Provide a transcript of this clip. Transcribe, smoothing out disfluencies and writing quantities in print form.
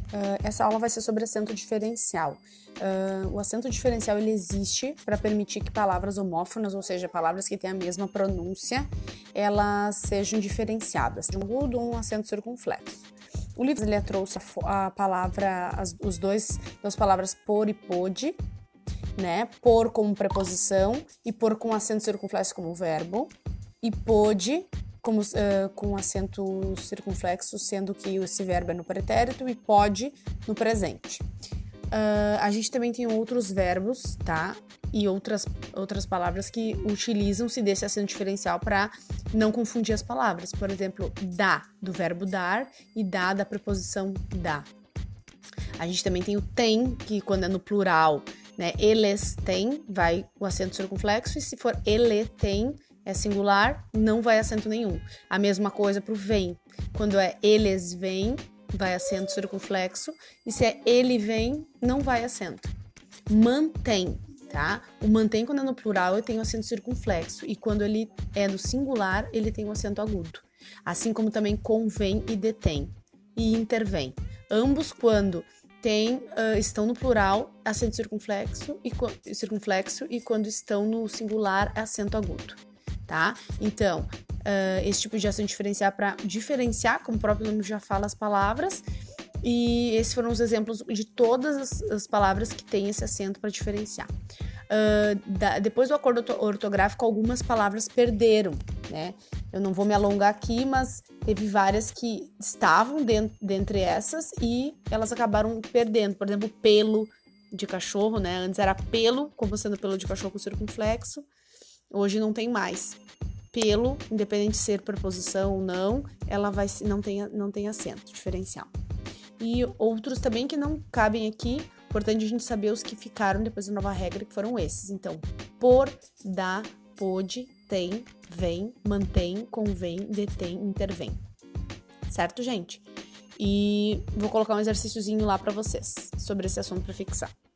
Essa aula vai ser sobre acento diferencial. O acento diferencial ele existe para permitir que palavras homófonas, ou seja, palavras que têm a mesma pronúncia, elas sejam diferenciadas, de um agudo ou um acento circunflexo. O livro ele trouxe a palavra, as duas palavras por e pôde, né? Por como preposição e por com acento circunflexo como verbo, e pôde como, com acento circunflexo, sendo que esse verbo é no pretérito e pode no presente. A gente também tem outros verbos, tá? E outras palavras que utilizam-se desse acento diferencial para não confundir as palavras. Por exemplo, dá, do verbo dar, e dá, da preposição dá. A gente também tem o tem, que quando é no plural, né? Eles têm, vai o acento circunflexo, e se for ele tem, é singular, não vai acento nenhum. A mesma coisa para o vem. Quando é eles vêm, vai acento circunflexo, e se é ele vem, não vai acento. Mantém, tá? O mantém, quando é no plural, ele tem o acento circunflexo, e quando ele é no singular, ele tem o acento agudo. Assim como também convém e detém, e intervém. Ambos, quando estão no plural, acento circunflexo, e quando estão no singular, acento agudo. Tá? Então, esse tipo de acento diferencial para diferenciar, como o próprio nome já fala, as palavras, e esses foram os exemplos de todas as palavras que têm esse acento para diferenciar. Depois do acordo ortográfico, algumas palavras perderam, né? Eu não vou me alongar aqui, mas teve várias que estavam dentre essas e elas acabaram perdendo. Por exemplo, pelo de cachorro, né? Antes era pelo, como sendo pelo de cachorro com circunflexo. Hoje não tem mais. Pelo, independente de ser preposição ou não, ela não tem acento diferencial. E outros também que não cabem aqui, importante a gente saber os que ficaram depois da nova regra, que foram esses. Então, por, dá, pôde, tem, vem, mantém, convém, detém, intervém. Certo, gente? E vou colocar um exercíciozinho lá para vocês sobre esse assunto para fixar.